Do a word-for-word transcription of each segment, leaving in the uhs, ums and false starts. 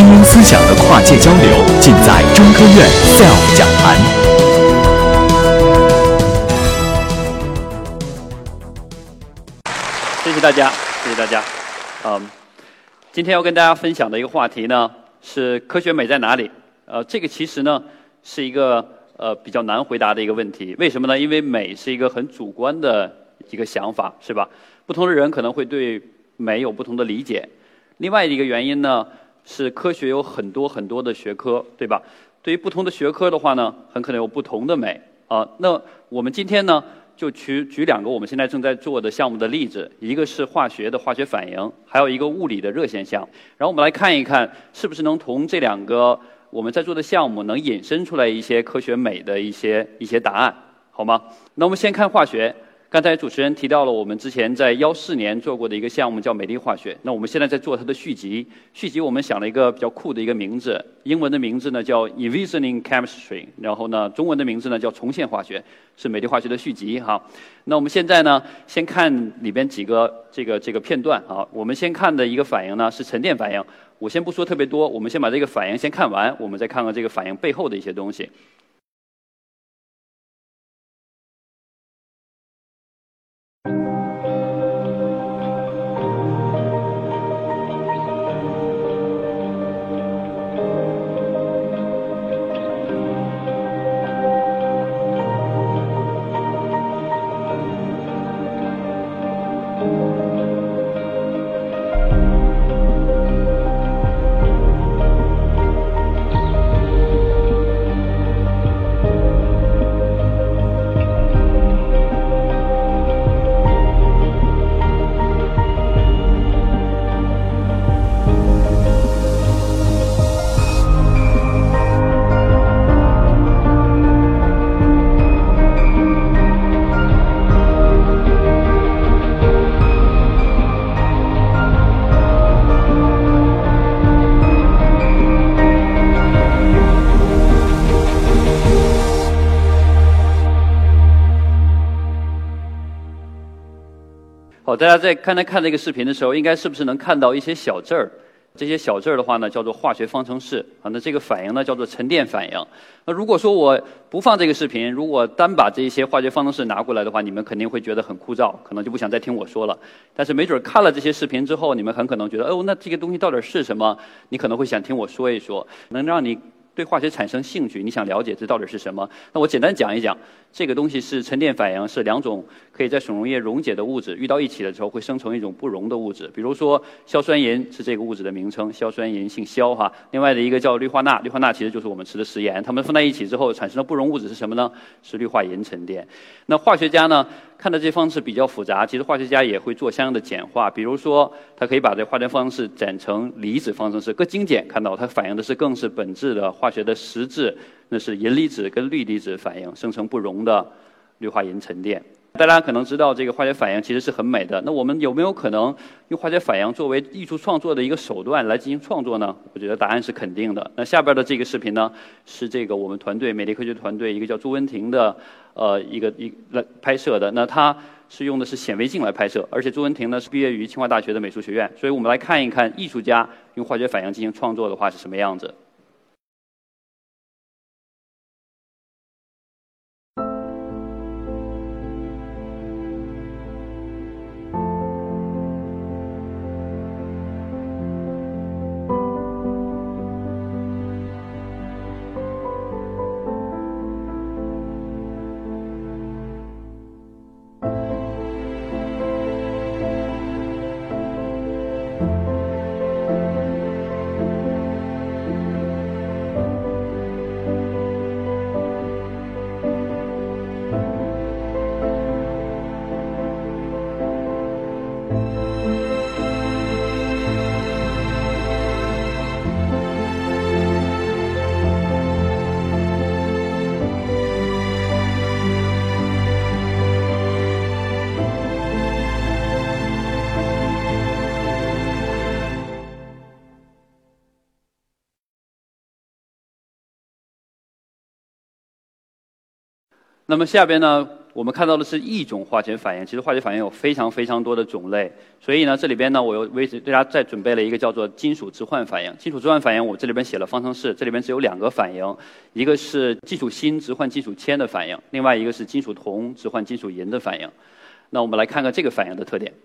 精英思想的跨界交流，尽在中科院 S E L F 讲坛。 谢谢大家，谢谢大家。嗯，今天要跟大家分享的一个话题呢，是科学美在哪里？呃，这个其实呢是一个呃比较难回答的一个问题。为什么呢？因为美是一个很主观的一个想法，是吧？不同的人可能会对美有不同的理解。另外一个原因呢，是科学有很多很多的学科，对吧？对于不同的学科的话呢，很可能有不同的美啊。那我们今天呢，就举举两个我们现在正在做的项目的例子，一个是化学的化学反应，还有一个物理的热现象。然后我们来看一看，是不是能从这两个我们在做的项目能引申出来一些科学美的一些一些答案，好吗？那我们先看化学。刚才主持人提到了我们之前在幺四年做过的一个项目叫美丽化学，那我们现在在做它的续集。续集我们想了一个比较酷的一个名字，英文的名字呢叫 Envisioning Chemistry， 然后呢中文的名字呢叫重现化学，是美丽化学的续集哈。那我们现在呢先看里边几个这个这个片段啊。我们先看的一个反应呢是沉淀反应，我先不说特别多，我们先把这个反应先看完，我们再看看这个反应背后的一些东西。好，大家在刚才看这个视频的时候，应该是不是能看到一些小字儿？这些小字儿的话呢，叫做化学方程式啊。那这个反应呢，叫做沉淀反应。那如果说我不放这个视频，如果单把这些化学方程式拿过来的话，你们肯定会觉得很枯燥，可能就不想再听我说了。但是没准看了这些视频之后，你们很可能觉得，哦，那这个东西到底是什么？你可能会想听我说一说，能让你对化学产生兴趣，你想了解这到底是什么？那我简单讲一讲，这个东西是沉淀反应，是两种可以在水溶液溶解的物质遇到一起的时候会生成一种不溶的物质。比如说硝酸银是这个物质的名称，硝酸银姓硝哈。另外的一个叫氯化钠，氯化钠其实就是我们吃的食盐，它们放在一起之后产生的不溶物质是什么呢？是氯化银沉淀。那化学家呢，看到这方式比较复杂，其实化学家也会做相应的简化，比如说它可以把这化学方式简成离子方程式，更精简，看到它反映的是更是本质的化学的实质，那是银离子跟氯离子反应生成不溶的氯化银沉淀。大家可能知道这个化学反应其实是很美的，那我们有没有可能用化学反应作为艺术创作的一个手段来进行创作呢？我觉得答案是肯定的。那下边的这个视频呢，是这个我们团队美丽科学团队一个叫朱文婷的呃一个一来拍摄的。那他是用的是显微镜来拍摄，而且朱文婷呢是毕业于清华大学的美术学院，所以我们来看一看艺术家用化学反应进行创作的话是什么样子。那么下边呢， 我们看到的是一种化学反应，其实化学反应有非常非常多的种类。所以呢，这里边呢，我又为大家再准备了一个叫做金属置换反应。金属置换反应，我这里边写了方程式，这里边只有两个反应，一个是金属锌置换金属铅的反应，另外一个是金属铜置换金属银的反应。那我们来看看这个反应的特点。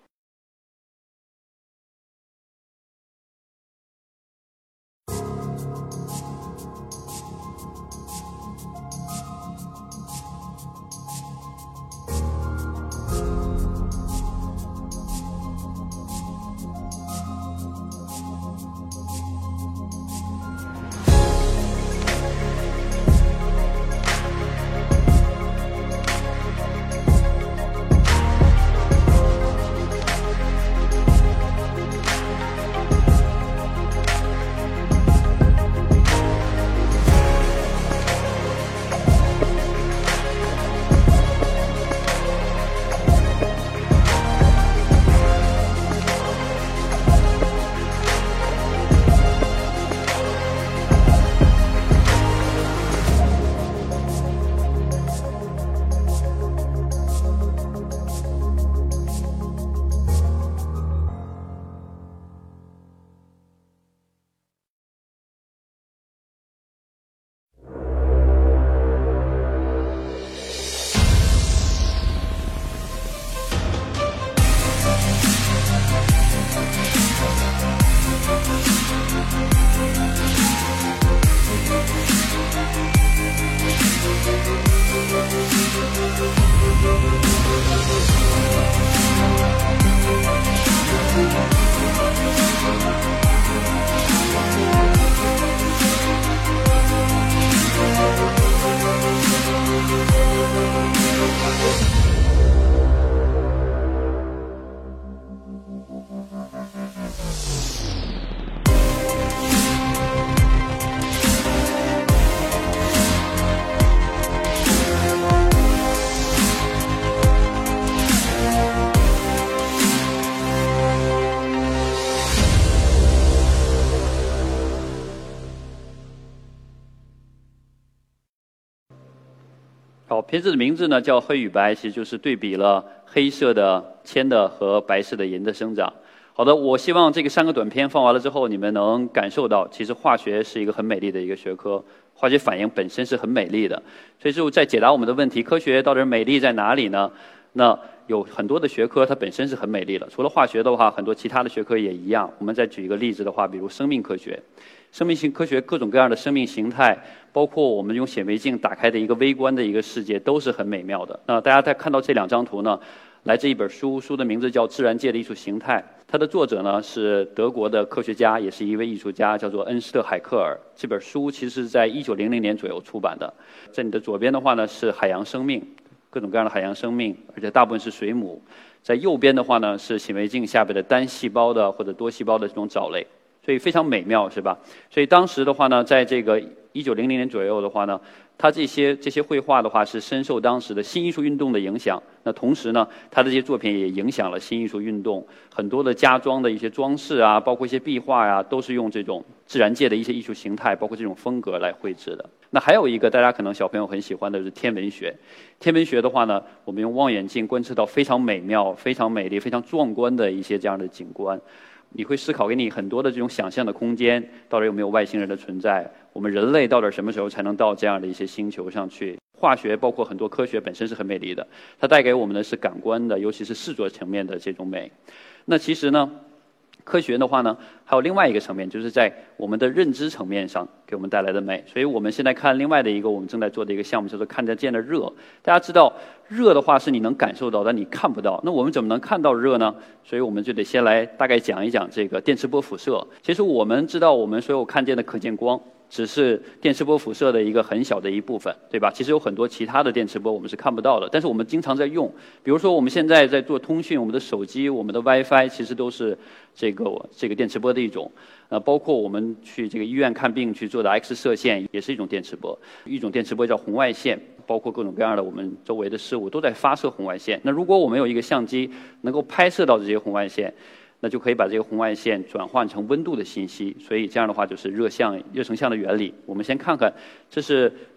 好，片子的名字呢叫黑与白，其实就是对比了黑色的铅的和白色的银的生长。好的，我希望这个三个短片放完了之后，你们能感受到，其实化学是一个很美丽的一个学科，化学反应本身是很美丽的。所以就在解答我们的问题，科学到底美丽在哪里呢？那有很多的学科它本身是很美丽的，除了化学的话，很多其他的学科也一样。我们再举一个例子的话，比如生命科学。生命性科学各种各样的生命形态，包括我们用显微镜打开的一个微观的一个世界，都是很美妙的。那大家在看到这两张图呢，来自一本书，书的名字叫《自然界的艺术形态》，它的作者呢是德国的科学家，也是一位艺术家，叫做恩斯特·海克尔。这本书其实是在一九零零年左右出版的。在你的左边的话呢是海洋生命，各种各样的海洋生命，而且大部分是水母。在右边的话呢是显微镜下边的单细胞的或者多细胞的这种藻类。所以非常美妙，是吧？所以当时的话呢，在这个一九零零年左右的话呢，他这些这些绘画的话是深受当时的新艺术运动的影响。那同时呢，他的这些作品也影响了新艺术运动，很多的家装的一些装饰啊，包括一些壁画啊，都是用这种自然界的一些艺术形态，包括这种风格来绘制的。那还有一个大家可能小朋友很喜欢的是天文学。天文学的话呢，我们用望远镜观测到非常美妙、非常美丽、非常壮观的一些这样的景观。你会思考给你很多的这种想象的空间，到底有没有外星人的存在？我们人类到底什么时候才能到这样的一些星球上去？化学包括很多科学本身是很美丽的，它带给我们的是感官的，尤其是视觉层面的这种美。那其实呢，科学的话呢，还有另外一个层面，就是在我们的认知层面上给我们带来的美。所以我们现在看另外的一个我们正在做的一个项目，叫做看得见的热。大家知道，热的话是你能感受到，但你看不到。那我们怎么能看到热呢？所以我们就得先来大概讲一讲这个电磁波辐射。其实我们知道，我们所有看见的可见光，只是电磁波辐射的一个很小的一部分，对吧？其实有很多其他的电磁波我们是看不到的，但是我们经常在用。比如说我们现在在做通讯，我们的手机、我们的 WiFi 其实都是这个这个电磁波的一种。呃，包括我们去这个医院看病去做的 X 射线，也是一种电磁波。一种电磁波叫红外线，包括各种各样的我们周围的事物都在发射红外线。那如果我们有一个相机能够拍摄到这些红外线，那就可以把这个红外线转换成温度的信息，所以这样的话就是热像、热成像的原理。我们先看看，这是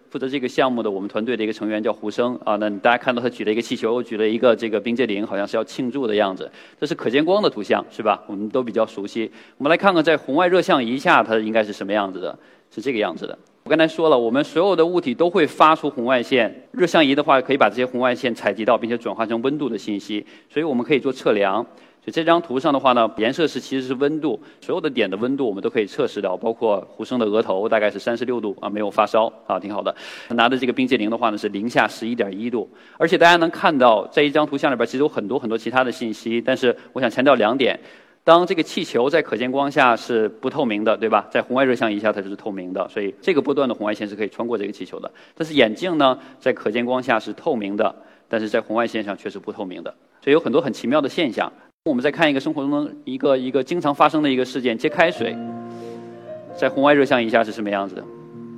负责这个项目的我们团队的一个成员叫胡生啊。那大家看到他举了一个气球，举了一个这个冰激凌，好像是要庆祝的样子。这是可见光的图像，是吧？我们都比较熟悉。我们来看看在红外热像仪下它应该是什么样子的，是这个样子的。我刚才说了，我们所有的物体都会发出红外线，热像仪的话可以把这些红外线采集到，并且转化成温度的信息，所以我们可以做测量。所以这张图上的话呢，颜色是其实是温度，所有的点的温度我们都可以测试到，包括胡生的额头大概是三十六度啊，没有发烧啊，挺好的。拿的这个冰激凌的话呢是零下十一点一度，而且大家能看到在一张图像里边其实有很多很多其他的信息，但是我想强调两点。当这个气球在可见光下是不透明的，对吧？在红外热像仪下它就是透明的，所以这个波段的红外线是可以穿过这个气球的。但是眼镜呢，在可见光下是透明的，但是在红外线上却是不透明的，所以有很多很奇妙的现象。我们再看一个生活中的一个一个经常发生的一个事件，接开水，在红外热像仪下是什么样子的？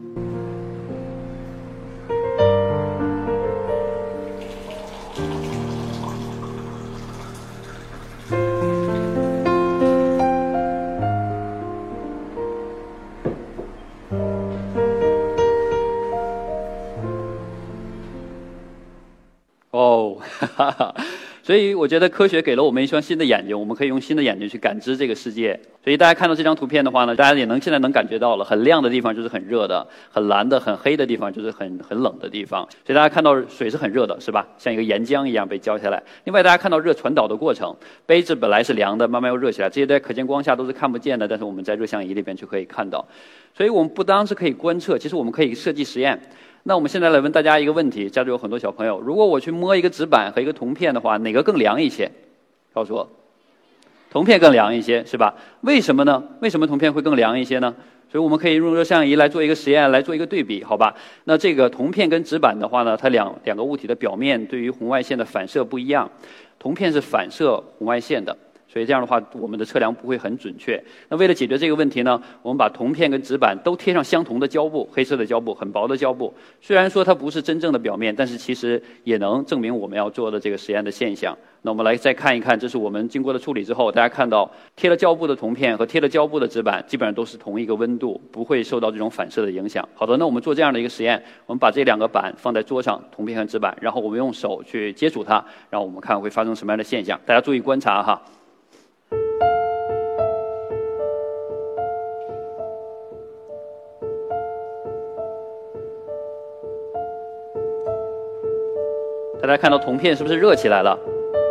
哦，哈哈。所以我觉得科学给了我们一双新的眼睛，我们可以用新的眼睛去感知这个世界。所以大家看到这张图片的话呢，大家也能现在能感觉到了，很亮的地方就是很热的，很蓝的、很黑的地方就是很很冷的地方。所以大家看到水是很热的，是吧？像一个岩浆一样被浇下来。另外，大家看到热传导的过程，杯子本来是凉的，慢慢又热起来，这些在可见光下都是看不见的，但是我们在热像仪里边就可以看到。所以我们不单是可以观测，其实我们可以设计实验。那我们现在来问大家一个问题，家里有很多小朋友，如果我去摸一个纸板和一个铜片的话，哪个更凉一些？告诉我。铜片更凉一些，是吧？为什么呢？为什么铜片会更凉一些呢？所以我们可以用热像仪来做一个实验，来做一个对比，好吧？那这个铜片跟纸板的话呢，它两两个物体的表面对于红外线的反射不一样，铜片是反射红外线的。所以这样的话，我们的测量不会很准确。那为了解决这个问题呢，我们把铜片跟纸板都贴上相同的胶布，黑色的胶布，很薄的胶布。虽然说它不是真正的表面，但是其实也能证明我们要做的这个实验的现象。那我们来再看一看，这是我们经过了处理之后，大家看到贴了胶布的铜片和贴了胶布的纸板，基本上都是同一个温度，不会受到这种反射的影响。好的，那我们做这样的一个实验，我们把这两个板放在桌上，铜片和纸板，然后我们用手去接触它，然后我们看会发生什么样的现象。大家注意观察哈。大家看到铜片是不是热起来了？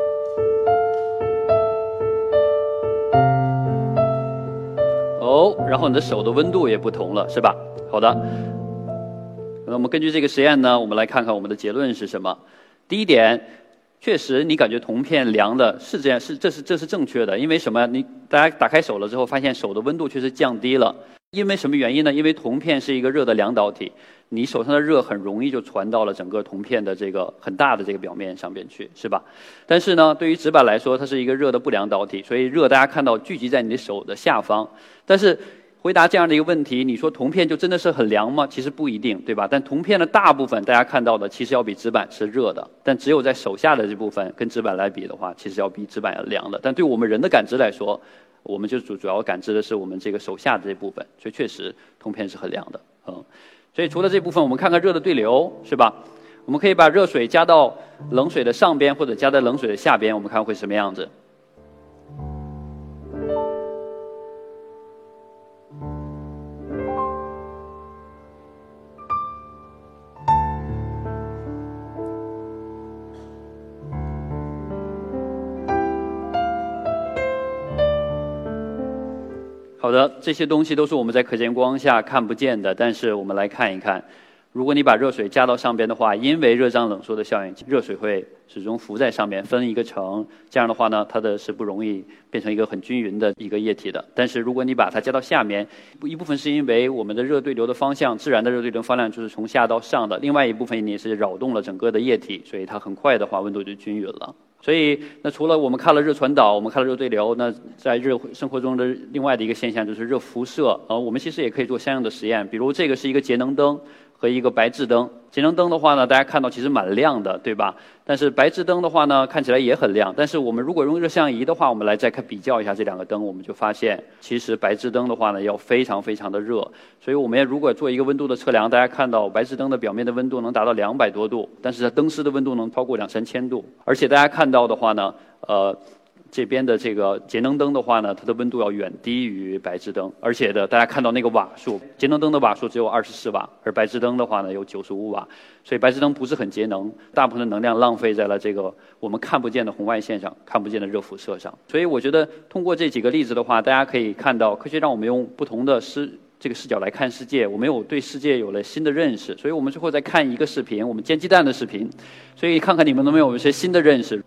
哦，然后你的手的温度也不同了，是吧？好的。那我们根据这个实验呢，我们来看看我们的结论是什么。第一点，确实你感觉铜片凉的是这样，是这是这是正确的。因为什么？你大家打开手了之后，发现手的温度确实降低了。因为什么原因呢？因为铜片是一个热的两导体，你手上的热很容易就传到了整个铜片的这个很大的这个表面上边去，是吧？但是呢，对于纸板来说，它是一个热的不良导体，所以热大家看到聚集在你的手的下方。但是回答这样的一个问题，你说铜片就真的是很凉吗？其实不一定，对吧？但铜片的大部分大家看到的其实要比纸板是热的，但只有在手下的这部分跟纸板来比的话，其实要比纸板要凉的。但对我们人的感知来说，我们就主主要感知的是我们这个手下的这部分，所以确实铜片是很凉的，嗯。所以除了这部分，我们看看热的对流，是吧？我们可以把热水加到冷水的上边，或者加在冷水的下边，我们看会什么样子。好的，这些东西都是我们在可见光下看不见的，但是我们来看一看，如果你把热水加到上边的话，因为热胀冷缩的效应，热水会始终浮在上面，分一个层，这样的话呢，它的是不容易变成一个很均匀的一个液体的。但是如果你把它加到下面，一部分是因为我们的热对流的方向，自然的热对流方向就是从下到上的，另外一部分你是扰动了整个的液体，所以它很快的话温度就均匀了。所以，那除了我们看了热传导，我们看了热对流，那在热生活中的另外的一个现象就是热辐射。呃，我们其实也可以做相应的实验，比如这个是一个节能灯和一个白炽灯。节能灯的话呢，大家看到其实蛮亮的，对吧？但是白炽灯的话呢，看起来也很亮。但是我们如果用热像仪的话，我们来再看比较一下这两个灯，我们就发现，其实白炽灯的话呢，要非常非常的热。所以我们如果做一个温度的测量，大家看到白炽灯的表面的温度能达到两百多度，但是它灯丝的温度能超过两三千度。而且大家看到的话呢，呃。这边的这个节能灯的话呢，它的温度要远低于白炽灯，而且的大家看到那个瓦数，节能灯的瓦数只有二十四瓦，而白炽灯的话呢有九十五瓦，所以白炽灯不是很节能，大部分的能量浪费在了这个我们看不见的红外线上，看不见的热辐射上。所以我觉得通过这几个例子的话，大家可以看到科学让我们用不同的视这个视角来看世界，我们有对世界有了新的认识。所以我们最后再看一个视频，我们煎鸡蛋的视频，所以看看你们能不能有一些新的认识。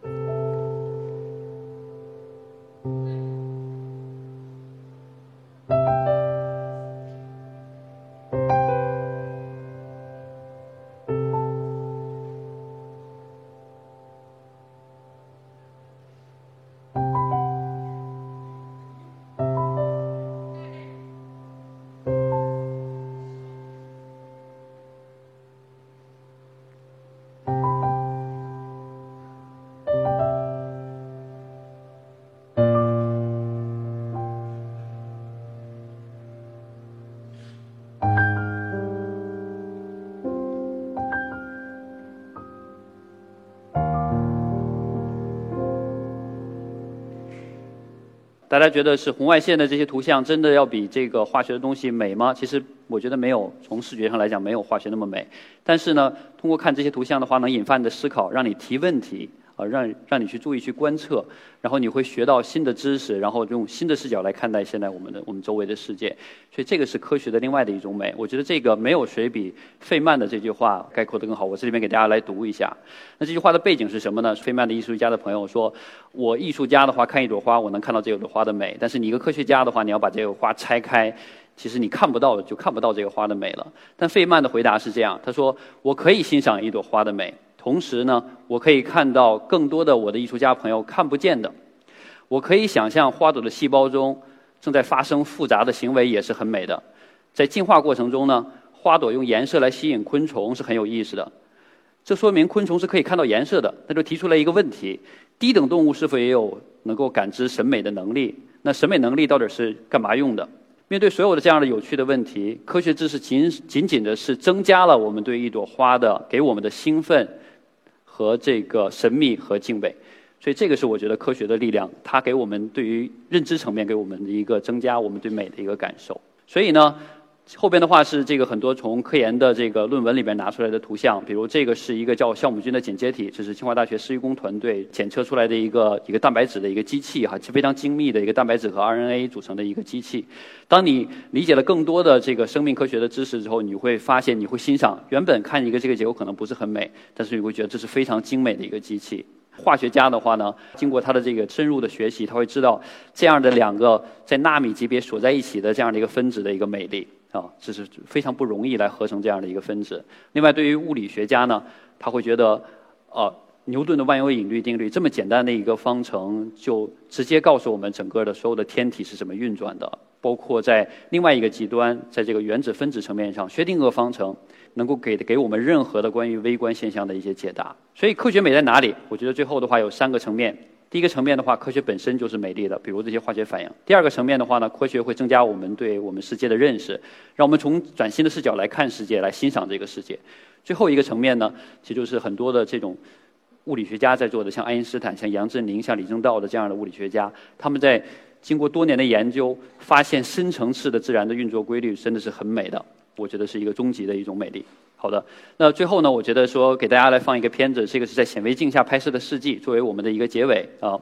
大家觉得是红外线的这些图像真的要比这个化学的东西美吗？其实我觉得没有，从视觉上来讲没有化学那么美。但是呢，通过看这些图像的话，能引发你的思考，让你提问题，啊，让让你去注意去观测，然后你会学到新的知识，然后用新的视角来看待现在我们的我们周围的世界。所以这个是科学的另外的一种美。我觉得这个没有谁比费曼的这句话概括得更好。我这里面给大家来读一下。那这句话的背景是什么呢？费曼的艺术家的朋友说，我艺术家的话看一朵花，我能看到这朵花的美，但是你一个科学家的话，你要把这个花拆开，其实你看不到，就看不到这个花的美了。但费曼的回答是这样，他说，我可以欣赏一朵花的美，同时呢，我可以看到更多的我的艺术家朋友看不见的。我可以想象花朵的细胞中正在发生复杂的行为，也是很美的。在进化过程中呢，花朵用颜色来吸引昆虫是很有意思的。这说明昆虫是可以看到颜色的，那就提出来一个问题：低等动物是否也有能够感知审美的能力？那审美能力到底是干嘛用的？面对所有的这样的有趣的问题，科学知识仅仅仅的是增加了我们对一朵花的给我们的兴奋和这个神秘和敬畏。所以这个是我觉得科学的力量，它给我们对于认知层面给我们的一个增加我们对美的一个感受。所以呢，后边的话是这个很多从科研的这个论文里边拿出来的图像，比如这个是一个叫酵母菌的剪接体，这是清华大学施玉公团队检测出来的一个一个蛋白质的一个机器哈，非常精密的一个蛋白质和 R N A 组成的一个机器。当你理解了更多的这个生命科学的知识之后，你会发现你会欣赏，原本看一个这个结果可能不是很美，但是你会觉得这是非常精美的一个机器。化学家的话呢，经过他的这个深入的学习，他会知道这样的两个在纳米级别锁在一起的这样的一个分子的一个美丽啊，这是非常不容易来合成这样的一个分子。另外，对于物理学家呢，他会觉得，呃，牛顿的万有引力定律这么简单的一个方程，就直接告诉我们整个的所有的天体是怎么运转的，包括在另外一个极端，在这个原子分子层面上，薛定谔方程能够给给我们任何的关于微观现象的一些解答。所以科学美在哪里？我觉得最后的话有三个层面。第一个层面的话，科学本身就是美丽的，比如这些化学反应。第二个层面的话呢，科学会增加我们对我们世界的认识，让我们从崭新的视角来看世界，来欣赏这个世界。最后一个层面呢，其实就是很多的这种物理学家在做的，像爱因斯坦、像杨振宁、像李政道的这样的物理学家，他们在经过多年的研究，发现深层次的自然的运作规律，真的是很美的。我觉得是一个终极的一种美丽。好的，那最后呢，我觉得说给大家来放一个片子，这个是在显微镜下拍摄的事迹，作为我们的一个结尾啊。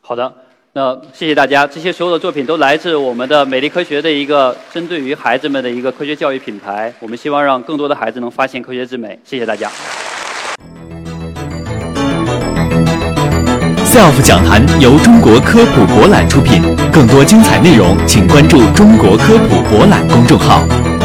好的，那谢谢大家。这些所有的作品都来自我们的美丽科学的一个针对于孩子们的一个科学教育品牌。我们希望让更多的孩子能发现科学之美。谢谢大家。 S E L F 讲坛由中国科普博览出品，更多精彩内容，请关注中国科普博览公众号。